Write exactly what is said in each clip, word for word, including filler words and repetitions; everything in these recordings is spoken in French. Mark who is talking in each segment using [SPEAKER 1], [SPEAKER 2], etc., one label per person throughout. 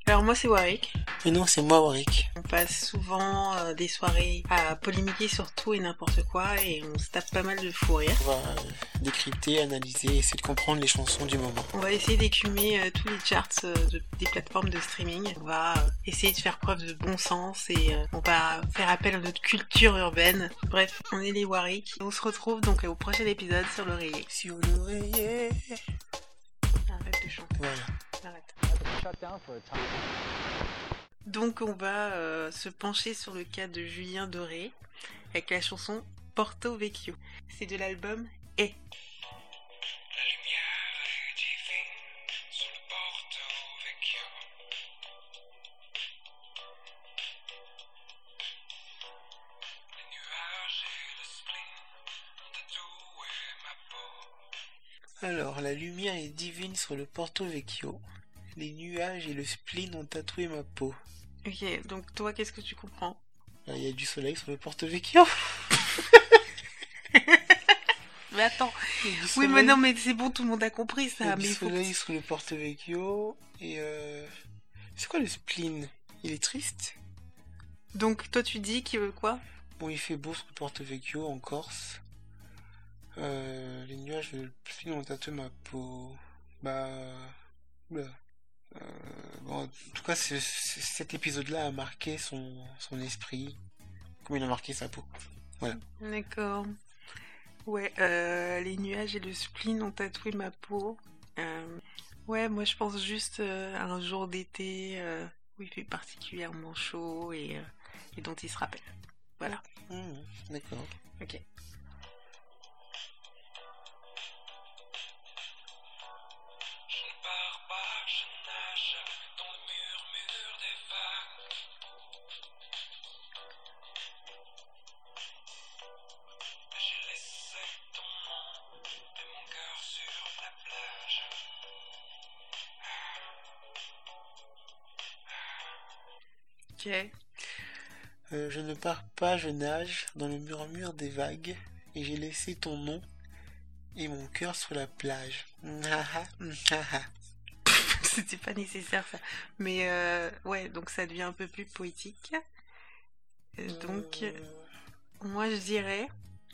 [SPEAKER 1] Alors moi c'est Warwick.
[SPEAKER 2] Mais non, c'est moi, Warwick.
[SPEAKER 1] On passe souvent euh, des soirées à polémiquer sur tout et n'importe quoi et on se tape pas mal de fou rire.
[SPEAKER 2] On va euh, décrypter, analyser, essayer de comprendre les chansons du moment.
[SPEAKER 1] On va essayer d'écumer euh, tous les charts euh, de, des plateformes de streaming. On va euh, essayer de faire preuve de bon sens et euh, on va faire appel à notre culture urbaine. Bref, on est les Warwick. On se retrouve donc au prochain épisode sur l'oreiller.
[SPEAKER 2] Sur l'oreiller.
[SPEAKER 1] Arrête de chanter.
[SPEAKER 2] Voilà.
[SPEAKER 1] Arrête. Donc on va euh, se pencher sur le cas de Julien Doré avec la chanson Porto Vecchio. C'est de l'album Et.
[SPEAKER 3] La lumière est divine sur le Porto Vecchio. Les nuages et le spleen ont tatoué ma peau.
[SPEAKER 2] Alors, la lumière est divine sur le Porto Vecchio. Les nuages et le spleen ont tatoué ma peau.
[SPEAKER 1] Ok, donc toi qu'est-ce que tu comprends?
[SPEAKER 2] Il y a du soleil sur le Porto Vecchio.
[SPEAKER 1] Mais attends,
[SPEAKER 2] Il y a du
[SPEAKER 1] oui
[SPEAKER 2] soleil.
[SPEAKER 1] mais non mais c'est bon, tout le monde a compris
[SPEAKER 2] Il y
[SPEAKER 1] ça.
[SPEAKER 2] a
[SPEAKER 1] Mais
[SPEAKER 2] du
[SPEAKER 1] il faut...
[SPEAKER 2] soleil sur le Porto Vecchio. Et euh... c'est quoi le spleen? Il est triste?
[SPEAKER 1] Donc toi tu dis que quoi?
[SPEAKER 2] Bon, il fait beau sur le Porto Vecchio en Corse. Euh, les nuages et le spleen ont tatoué ma peau. Bah... bah. Euh, bon, en tout cas, c'est- c'est- cet épisode-là a marqué son, son esprit, comme il a marqué sa peau. Voilà.
[SPEAKER 1] D'accord. Ouais, euh, les nuages et le spleen ont tatoué ma peau. Euh, ouais, moi je pense juste euh, à un jour d'été euh, où il fait particulièrement chaud et, euh, et dont il se rappelle. Voilà.
[SPEAKER 2] Mmh, d'accord.
[SPEAKER 1] Ok.
[SPEAKER 3] Je ne pars pas, je nage dans le murmure des vagues. J'ai laissé ton nom et mon cœur sur la plage.
[SPEAKER 1] Ok.
[SPEAKER 2] Euh, je ne pars pas, je nage dans le murmure des vagues, et j'ai laissé ton nom et mon cœur sur la plage. Mhaha, mhaha.
[SPEAKER 1] C'était pas nécessaire ça. Mais euh, ouais, donc ça devient un peu plus poétique. Euh, donc,
[SPEAKER 2] Euh,
[SPEAKER 1] moi je dirais.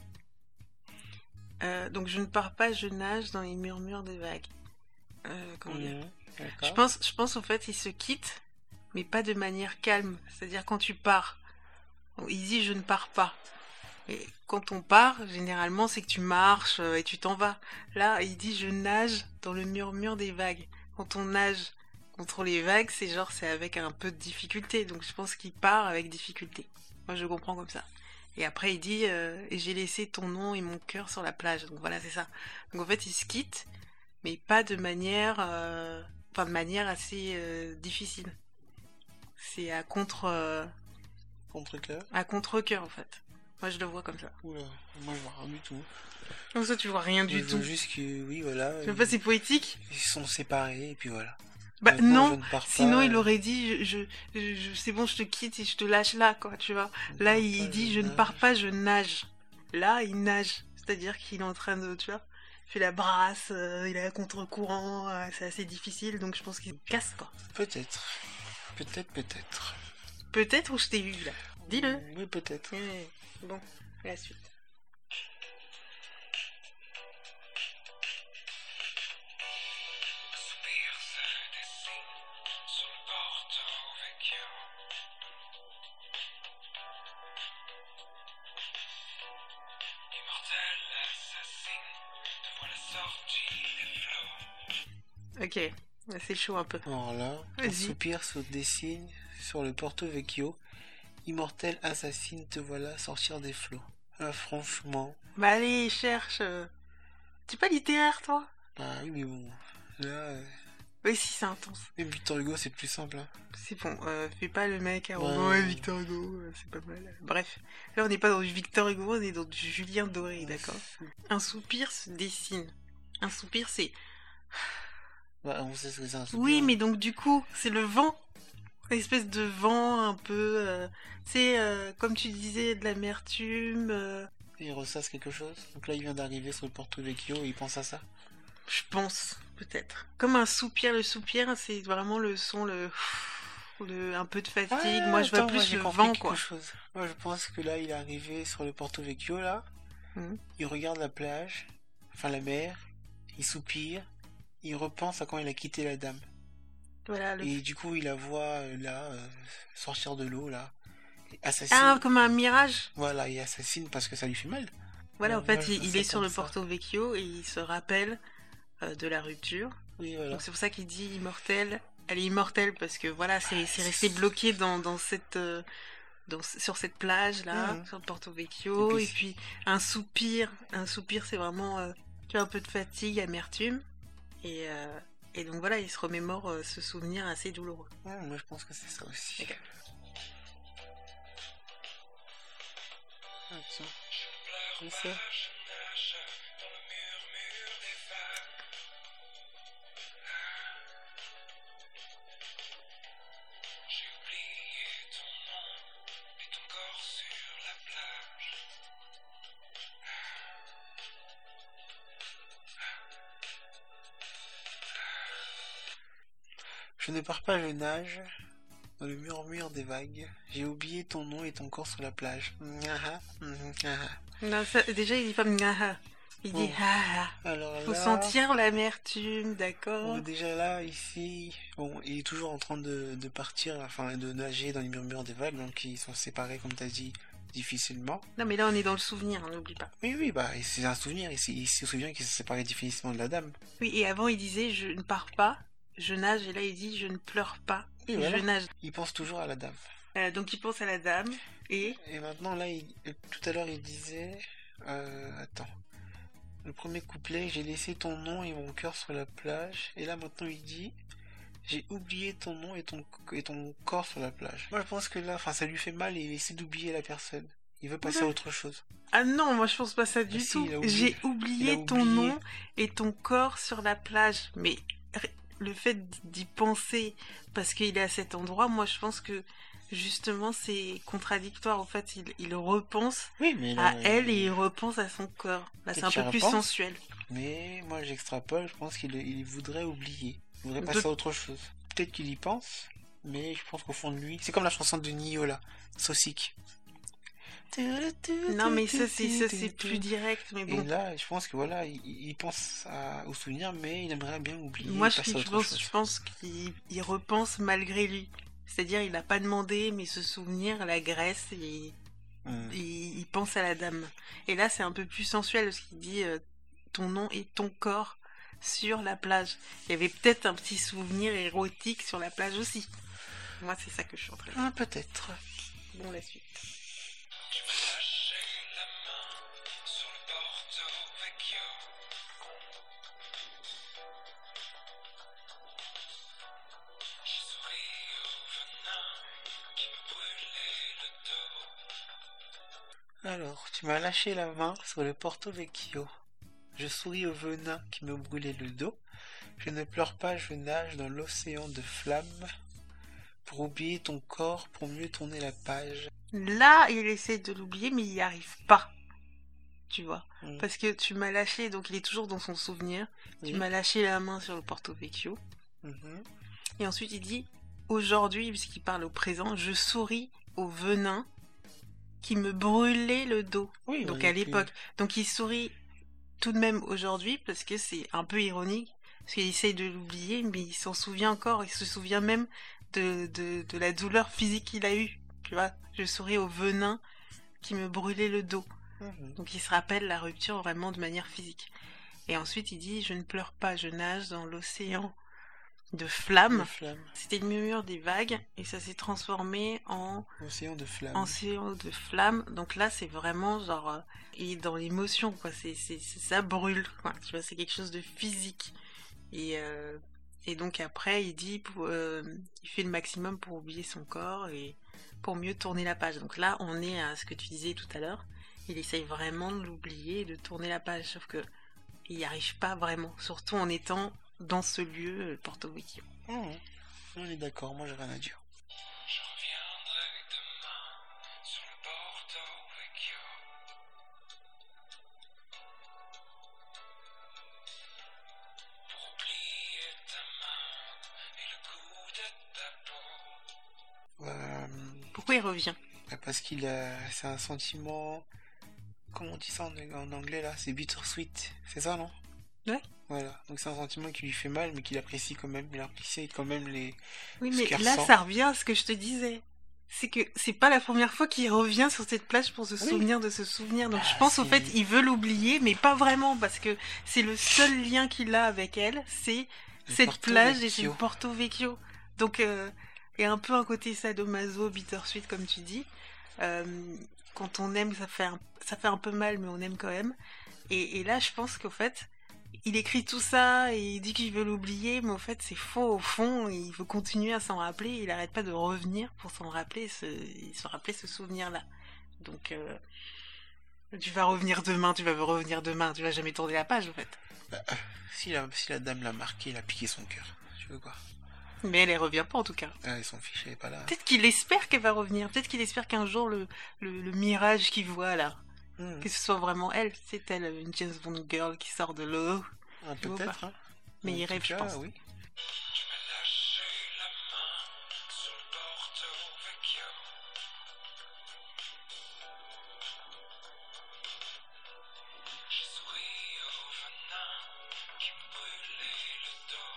[SPEAKER 1] euh, donc je ne pars pas, je nage dans les murmures des vagues. Euh, comment dire?
[SPEAKER 2] mmh,
[SPEAKER 1] Je
[SPEAKER 2] d'accord.
[SPEAKER 1] pense, je pense en fait, ils se quittent, mais pas de manière calme. C'est-à-dire quand tu pars, il dit je ne pars pas. Et quand on part, généralement, c'est que tu marches euh, et tu t'en vas. Là, il dit je nage dans le murmure des vagues. Quand on nage contre les vagues, c'est genre c'est avec un peu de difficulté. Donc je pense qu'il part avec difficulté. Moi, je comprends comme ça. Et après, il dit euh, et j'ai laissé ton nom et mon cœur sur la plage. Donc voilà, c'est ça. Donc en fait, il se quitte, mais pas de manière, euh, enfin de manière assez euh, difficile. C'est à contre, euh,
[SPEAKER 2] Contre-cœur.
[SPEAKER 1] à contre-cœur en fait. Moi, je le vois comme ça.
[SPEAKER 2] Oula, moi je vois rien du tout.
[SPEAKER 1] Comme ça, tu vois rien du
[SPEAKER 2] Je
[SPEAKER 1] tout.
[SPEAKER 2] veux juste que, oui, voilà.
[SPEAKER 1] Je sais pas, c'est poétique.
[SPEAKER 2] Ils sont séparés, et puis voilà.
[SPEAKER 1] Bah
[SPEAKER 2] Maintenant, je
[SPEAKER 1] non,
[SPEAKER 2] ne pars
[SPEAKER 1] sinon
[SPEAKER 2] pas,
[SPEAKER 1] il
[SPEAKER 2] euh,
[SPEAKER 1] aurait dit, je, je, je- je- c'est bon, je te quitte et je te lâche là, quoi, tu vois.
[SPEAKER 2] je ne
[SPEAKER 1] Là,
[SPEAKER 2] pars
[SPEAKER 1] il
[SPEAKER 2] pas,
[SPEAKER 1] dit,
[SPEAKER 2] je
[SPEAKER 1] je ne
[SPEAKER 2] nage.
[SPEAKER 1] pars pas, je nage. Là, il nage. C'est-à-dire qu'il est en train de, tu vois, il fait la brasse, euh, il est à contre-courant, euh, c'est assez difficile, donc je pense qu'il se casse, quoi.
[SPEAKER 2] Peut-être. Peut-être, peut-être.
[SPEAKER 1] Peut-être où je t'ai vu, là. Dis-le.
[SPEAKER 2] Oui, peut-être.
[SPEAKER 1] Ouais. Bon, la suite.
[SPEAKER 3] Un soupir se dessine sur le Porto Vecchio. Immortel assassine, te voilà sorti des flots.
[SPEAKER 1] Ok, c'est chaud un peu.
[SPEAKER 2] Alors là, un
[SPEAKER 1] Vas-y.
[SPEAKER 2] soupir se dessine sur le Porto Vecchio. Immortel assassine, te voilà sortir des flots. Ah, franchement.
[SPEAKER 1] Bah allez, cherche. euh. T'es pas littéraire, toi?
[SPEAKER 2] Ah oui, mais bon. Là, euh,
[SPEAKER 1] Oui, si, c'est intense.
[SPEAKER 2] même Victor Hugo, c'est plus simple. Hein.
[SPEAKER 1] C'est bon, euh, fais pas le mec à
[SPEAKER 2] Ouais.
[SPEAKER 1] oh, ouais, Victor Hugo, euh, c'est pas mal. Bref, là on n'est pas dans du Victor Hugo, on est dans du Julien Doré, d'accord? Un soupir se dessine. Un soupir, c'est...
[SPEAKER 2] Bah, on sait ce que c'est un soupir.
[SPEAKER 1] Oui, mais donc du coup, c'est le vent. Une espèce de vent un peu... Euh, c'est, euh, comme tu disais, de l'amertume. euh,
[SPEAKER 2] Il ressasse quelque chose. Donc là, il vient d'arriver sur le Porto Vecchio et il pense à ça.
[SPEAKER 1] je pense, peut-être. Comme un soupir, le soupir, c'est vraiment le son, le... le, un peu de fatigue.
[SPEAKER 2] Ah,
[SPEAKER 1] Moi, je vois
[SPEAKER 2] attends, moi
[SPEAKER 1] plus
[SPEAKER 2] j'ai
[SPEAKER 1] le
[SPEAKER 2] compris
[SPEAKER 1] vent,
[SPEAKER 2] quelque
[SPEAKER 1] quoi.
[SPEAKER 2] chose. Moi je pense que là il est arrivé sur le Porto Vecchio là,
[SPEAKER 1] Mhm.
[SPEAKER 2] il regarde la plage, enfin la mer, il soupire, il repense à quand il a quitté la dame.
[SPEAKER 1] Voilà, le...
[SPEAKER 2] Et du coup il la voit euh, là, euh, sortir de l'eau là, et
[SPEAKER 1] Ah,
[SPEAKER 2] assassine,
[SPEAKER 1] comme un mirage.
[SPEAKER 2] voilà, il assassine parce que ça lui fait mal.
[SPEAKER 1] Voilà,
[SPEAKER 2] Moi,
[SPEAKER 1] en
[SPEAKER 2] moi
[SPEAKER 1] fait,
[SPEAKER 2] je vois
[SPEAKER 1] il, il
[SPEAKER 2] ça
[SPEAKER 1] est sur
[SPEAKER 2] comme
[SPEAKER 1] le
[SPEAKER 2] ça.
[SPEAKER 1] Porto Vecchio et il se rappelle euh, de la rupture.
[SPEAKER 2] Oui,
[SPEAKER 1] Donc
[SPEAKER 2] voilà.
[SPEAKER 1] c'est pour ça qu'il dit immortelle. Elle est immortelle parce que voilà, c'est
[SPEAKER 2] Ah,
[SPEAKER 1] c'est resté
[SPEAKER 2] c'est-
[SPEAKER 1] bloqué dans, dans cette, euh, dans, sur cette plage là,
[SPEAKER 2] Mhm.
[SPEAKER 1] sur le Porto
[SPEAKER 2] Et
[SPEAKER 1] Vecchio.
[SPEAKER 2] puis,
[SPEAKER 1] Et
[SPEAKER 2] c'est-
[SPEAKER 1] puis un soupir. Un soupir, c'est vraiment euh, tu vois, un peu de fatigue, amertume. Et, euh, et donc voilà, il se remémore euh, ce souvenir assez douloureux.
[SPEAKER 2] Mhm, moi je pense que c'est ça aussi.
[SPEAKER 1] Ok.
[SPEAKER 2] Ah, tiens,
[SPEAKER 3] Je
[SPEAKER 2] comme
[SPEAKER 3] pleure
[SPEAKER 2] ça.
[SPEAKER 3] pas, je nage dans le murmure des vagues. J'ai oublié ton nom et ton corps sur la plage.
[SPEAKER 2] Je ne pars pas, je nage dans le murmure des vagues. J'ai oublié ton nom et ton corps sur la plage. Nyaha, mhm, nyaha.
[SPEAKER 1] Non, ça, déjà, il dit pas mgaha. Il dit
[SPEAKER 2] Bon,
[SPEAKER 1] ha.
[SPEAKER 2] alors
[SPEAKER 1] Faut
[SPEAKER 2] là,
[SPEAKER 1] sentir l'amertume,
[SPEAKER 2] bon,
[SPEAKER 1] d'accord?
[SPEAKER 2] déjà là, ici, bon, il est toujours en train de, de partir, enfin de nager dans les murmures des vagues, donc ils sont séparés, comme t'as dit, difficilement.
[SPEAKER 1] Non, mais là, on est dans le souvenir, hein, n'oublie pas.
[SPEAKER 2] Oui, oui, bah, c'est un souvenir, il, s- il se souvient qu'ils se séparés difficilement de la dame.
[SPEAKER 1] Oui, et avant, il disait je ne pars pas, je nage, et là, il dit je ne pleure pas,
[SPEAKER 2] Oui,
[SPEAKER 1] je
[SPEAKER 2] voilà,
[SPEAKER 1] nage.
[SPEAKER 2] il pense toujours à la dame.
[SPEAKER 1] Euh, donc, il pense à la dame, et.
[SPEAKER 2] Et maintenant, là, il- tout à l'heure, il disait, euh, attends. Le premier couplet, j'ai laissé ton nom et mon cœur sur la plage. Et là maintenant il dit, j'ai oublié ton nom et ton, et ton corps sur la plage. Moi je pense que là, enfin ça lui fait mal et il essaie d'oublier la personne. Il veut passer à
[SPEAKER 1] Oula.
[SPEAKER 2] autre chose.
[SPEAKER 1] Ah non, moi, je pense pas ça
[SPEAKER 2] Ah
[SPEAKER 1] du
[SPEAKER 2] si,
[SPEAKER 1] tout.
[SPEAKER 2] il a oublié.
[SPEAKER 1] J'ai
[SPEAKER 2] Il a
[SPEAKER 1] oublié ton
[SPEAKER 2] oublié.
[SPEAKER 1] nom et ton corps sur la plage. Mais r- le fait d'y penser, parce qu'il est à cet endroit, moi, je pense que justement, c'est contradictoire. En fait, il, il repense
[SPEAKER 2] Oui, mais
[SPEAKER 1] à
[SPEAKER 2] là,
[SPEAKER 1] elle et
[SPEAKER 2] il-
[SPEAKER 1] il repense à son corps. Là, c'est
[SPEAKER 2] peut-être
[SPEAKER 1] un
[SPEAKER 2] qu'il
[SPEAKER 1] peu plus
[SPEAKER 2] repense.
[SPEAKER 1] sensuel.
[SPEAKER 2] Mais moi j'extrapole, je pense qu'il il voudrait oublier. Il voudrait
[SPEAKER 1] De-
[SPEAKER 2] passer à autre chose. Peut-être qu'il y pense, mais je pense qu'au fond de lui, c'est comme la chanson de Nio là, Saucic.
[SPEAKER 1] Non, mais ça, c'est ça, c'est plus direct. Mais
[SPEAKER 2] Et
[SPEAKER 1] bon,
[SPEAKER 2] là, je pense que voilà, il, il pense à- au souvenir, mais il aimerait bien oublier
[SPEAKER 1] moi,
[SPEAKER 2] et
[SPEAKER 1] je,
[SPEAKER 2] passer à
[SPEAKER 1] je
[SPEAKER 2] autre
[SPEAKER 1] pense,
[SPEAKER 2] chose.
[SPEAKER 1] je pense qu'il il repense malgré lui. C'est-à-dire, il n'a pas demandé, mais ce souvenir l'agresse et
[SPEAKER 2] Hmm.
[SPEAKER 1] il, il pense à la dame. Et là, c'est un peu plus sensuel parce qu'il dit euh, ton nom et ton corps sur la plage. Il y avait peut-être un petit souvenir érotique sur la plage aussi. Moi, c'est ça que je suis en train de dire.
[SPEAKER 2] Ah, peut-être.
[SPEAKER 1] Bon, la suite.
[SPEAKER 3] Tu m'as lâché la main sur le Porto Vecchio. J'ai souri au venin qui me brûlait le dos.
[SPEAKER 2] Alors, tu m'as lâché la main sur le Porto Vecchio. Je souris au venin qui me brûlait le dos. Je ne pleure pas, je nage dans l'océan de flammes pour oublier ton corps, pour mieux tourner la page.
[SPEAKER 1] Là, il essaie de l'oublier, mais il n'y arrive pas. Tu vois.
[SPEAKER 2] Hmm.
[SPEAKER 1] Parce que tu m'as lâché, donc il est toujours dans son souvenir. Tu
[SPEAKER 2] Oui.
[SPEAKER 1] m'as lâché la main sur le Porto Vecchio.
[SPEAKER 2] Mhm.
[SPEAKER 1] Et ensuite, il dit aujourd'hui, puisqu'il parle au présent, je souris au venin qui me brûlait le dos.
[SPEAKER 2] Oui,
[SPEAKER 1] Donc
[SPEAKER 2] on
[SPEAKER 1] à
[SPEAKER 2] est plus-
[SPEAKER 1] l'époque. Donc il sourit tout de même aujourd'hui parce que c'est un peu ironique. Parce qu'il essaye de l'oublier, mais il s'en souvient encore. Il se souvient même de, de, de la douleur physique qu'il a eue. Tu vois, je souris au venin qui me brûlait le dos.
[SPEAKER 2] Mhm.
[SPEAKER 1] Donc il se rappelle la rupture vraiment de manière physique. Et ensuite il dit je ne pleure pas, je nage dans l'océan de flammes.
[SPEAKER 2] De flammes.
[SPEAKER 1] C'était le murmure des vagues et ça s'est transformé en
[SPEAKER 2] Océan de flammes.
[SPEAKER 1] océan de flammes. Donc là c'est vraiment genre euh, il est dans l'émotion quoi. C'est c'est c'est- ça brûle quoi. Tu vois, c'est quelque chose de physique. Et euh, et donc après il dit pour, euh, il fait le maximum pour oublier son corps et pour mieux tourner la page. Donc là on est à ce que tu disais tout à l'heure. Il essaye vraiment de l'oublier et de tourner la page, sauf que il n'y arrive pas vraiment, surtout en étant dans ce lieu, le Porto Vecchio.
[SPEAKER 2] Mhm. On est d'accord, moi j'ai rien à dire.
[SPEAKER 3] Je reviendrai demain sur le Porto Vecchio. Pour oublier ta main et le goût de ta peau.
[SPEAKER 1] Pourquoi il revient?
[SPEAKER 2] Bah, parce qu'il a... C'est un sentiment... Comment on dit ça en, en anglais là? C'est bittersweet. C'est ça, non?
[SPEAKER 1] Ouais.
[SPEAKER 2] Voilà. Donc c'est un sentiment qui lui fait mal, mais qu'il apprécie quand même. Il apprécie quand même les...
[SPEAKER 1] Oui,
[SPEAKER 2] ce
[SPEAKER 1] mais
[SPEAKER 2] qu'il
[SPEAKER 1] là,
[SPEAKER 2] ressent.
[SPEAKER 1] ça revient à ce que je te disais. C'est que c'est pas la première fois qu'il revient sur cette plage pour se
[SPEAKER 2] Oui.
[SPEAKER 1] souvenir de se souvenir. Donc
[SPEAKER 2] Ah,
[SPEAKER 1] je pense au
[SPEAKER 2] c'est-
[SPEAKER 1] fait, il veut l'oublier, mais pas vraiment, parce que c'est le seul lien qu'il a avec elle, c'est
[SPEAKER 2] Le
[SPEAKER 1] cette
[SPEAKER 2] Porto
[SPEAKER 1] plage et c'est le
[SPEAKER 2] Vecchio.
[SPEAKER 1] Porto Vecchio. Donc euh, il y a un peu un côté sadomaso, bittersweet, comme tu dis. Euh, quand on aime, ça fait un, ça fait un peu mal, mais on aime quand même. Et, et là, je pense qu'au fait, il écrit tout ça et il dit qu'il veut l'oublier, mais au fait, c'est faux au fond. Il veut continuer à s'en rappeler. Il arrête pas de revenir pour s'en rappeler, se, se rappeler ce souvenir-là. Donc, euh, tu vas revenir demain, tu vas revenir demain. Tu vas jamais tourner la page, en fait.
[SPEAKER 2] Bah, euh, si, la, si la dame l'a marqué, il a piqué son cœur. Tu veux quoi?
[SPEAKER 1] Mais elle, elle revient pas, en tout cas.
[SPEAKER 2] Ah, ils s'en fichent, elle est pas là.
[SPEAKER 1] Peut-être qu'il espère qu'elle va revenir. Peut-être qu'il espère qu'un jour, le, le, le mirage qu'il voit là,
[SPEAKER 2] Hmm.
[SPEAKER 1] que ce soit vraiment elle. C'est elle, une James Bond girl qui sort de l'eau.
[SPEAKER 2] Ah,
[SPEAKER 1] tu vois
[SPEAKER 2] peut-être,
[SPEAKER 1] pas.
[SPEAKER 2] hein.
[SPEAKER 1] Mais
[SPEAKER 2] En
[SPEAKER 1] il
[SPEAKER 2] tout
[SPEAKER 1] rêve, je
[SPEAKER 2] cas,
[SPEAKER 1] pense.
[SPEAKER 2] oui.
[SPEAKER 3] Tu m'as lâché la main sur le Porto Vecchio. J'ai souri au venin qui me brûlait le dos.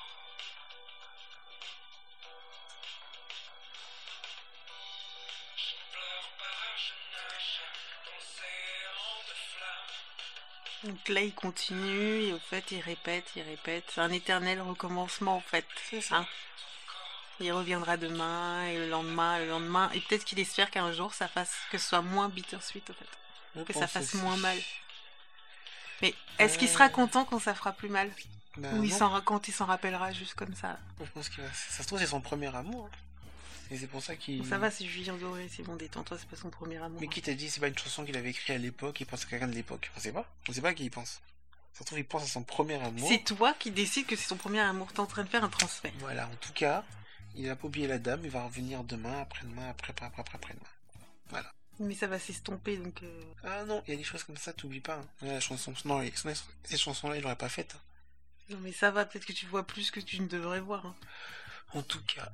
[SPEAKER 3] Je ne pleure pas, je nage dans l'océan de flammes.
[SPEAKER 1] Donc là, il continue et au fait, il répète, il répète. C'est un éternel recommencement, en fait.
[SPEAKER 2] C'est ça.
[SPEAKER 1] Hein. Il reviendra demain et le lendemain, et le lendemain. Et peut-être qu'il espère qu'un jour, ça fasse que ce soit moins bittersweet, en fait.
[SPEAKER 2] Je
[SPEAKER 1] Que ça
[SPEAKER 2] pense
[SPEAKER 1] fasse
[SPEAKER 2] aussi.
[SPEAKER 1] moins mal. Mais est-ce qu'il sera
[SPEAKER 2] Euh,
[SPEAKER 1] content quand ça fera plus mal?
[SPEAKER 2] Bah,
[SPEAKER 1] Ou il
[SPEAKER 2] non.
[SPEAKER 1] s'en, quand il s'en rappellera juste comme ça?
[SPEAKER 2] Je pense qu'il va... Ça se trouve, c'est son premier amour. hein. Et c'est pour ça qu'il...
[SPEAKER 1] Ça va, c'est Julien Doré, c'est bon, détends-toi, c'est pas son premier amour.
[SPEAKER 2] Mais qui t'a dit, c'est pas une chanson qu'il avait écrite à l'époque, il pense à quelqu'un de l'époque. On sait pas. On sait pas à qui il pense. Ça se trouve, il pense à son premier amour.
[SPEAKER 1] C'est toi qui décides que c'est ton premier amour. T'es en train de faire un transfert.
[SPEAKER 2] Voilà, en tout cas, il a pas oublié la dame, il va revenir demain, après-demain, après, après, après, après, après-demain. Voilà.
[SPEAKER 1] Mais ça va s'estomper, donc... euh,
[SPEAKER 2] Ah non, il y a des choses comme ça, t'oublies pas. hein. Ouais, la chanson... Non, les- ces chansons-là, il l'aurait pas faites. hein.
[SPEAKER 1] Non mais ça va, peut-être que tu vois plus que tu ne devrais voir. hein.
[SPEAKER 2] En tout cas,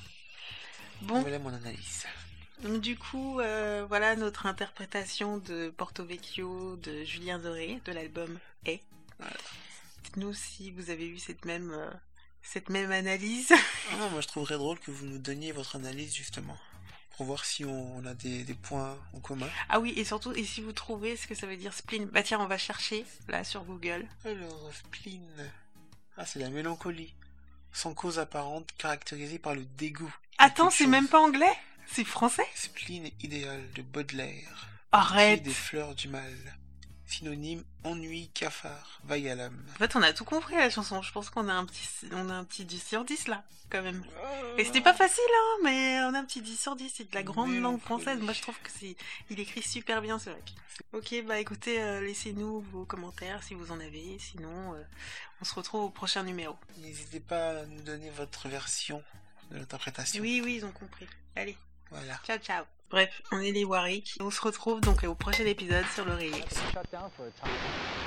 [SPEAKER 1] Bon,
[SPEAKER 2] voilà mon analyse.
[SPEAKER 1] donc du coup, euh, voilà notre interprétation de Porto Vecchio de Julien Doré, de l'album Est.
[SPEAKER 2] Voilà.
[SPEAKER 1] Dites-nous si vous avez eu cette même, euh, cette même analyse.
[SPEAKER 2] Ah non, moi je trouverais drôle que vous nous donniez votre analyse, justement. Pour voir si on, on a des, des points en commun.
[SPEAKER 1] Ah oui, et surtout, et si vous trouvez ce que ça veut dire spleen, bah tiens, on va chercher, là, sur Google.
[SPEAKER 2] Alors, spleen. Ah, c'est la mélancolie. Sans cause apparente, caractérisée par le dégoût. de
[SPEAKER 1] Attends,
[SPEAKER 2] toute
[SPEAKER 1] c'est
[SPEAKER 2] chose.
[SPEAKER 1] même pas anglais? C'est français?
[SPEAKER 2] Spleen idéal de Baudelaire.
[SPEAKER 1] Arrête!
[SPEAKER 2] Des fleurs du mal. Synonyme ennui, cafard, vague à l'âme.
[SPEAKER 1] En fait, on a tout compris à la chanson. Je pense qu'on a un petit, on a un petit dix sur dix là, quand même. Et c'était pas facile, hein, mais on a un petit dix sur dix. C'est de la grande
[SPEAKER 2] Mélancolie.
[SPEAKER 1] langue française. Moi, je trouve que c'est, il écrit super bien, ce mec. Ok, bah écoutez, euh, laissez-nous vos commentaires si vous en avez. Sinon, euh, on se retrouve au prochain numéro.
[SPEAKER 2] N'hésitez pas à nous donner votre version de l'interprétation.
[SPEAKER 1] Oui, oui, ils ont compris. Allez,
[SPEAKER 2] Voilà.
[SPEAKER 1] ciao, ciao. Bref, on est les Warwick. On se retrouve donc au prochain épisode sur l'oreiller.
[SPEAKER 4] shut down for a time.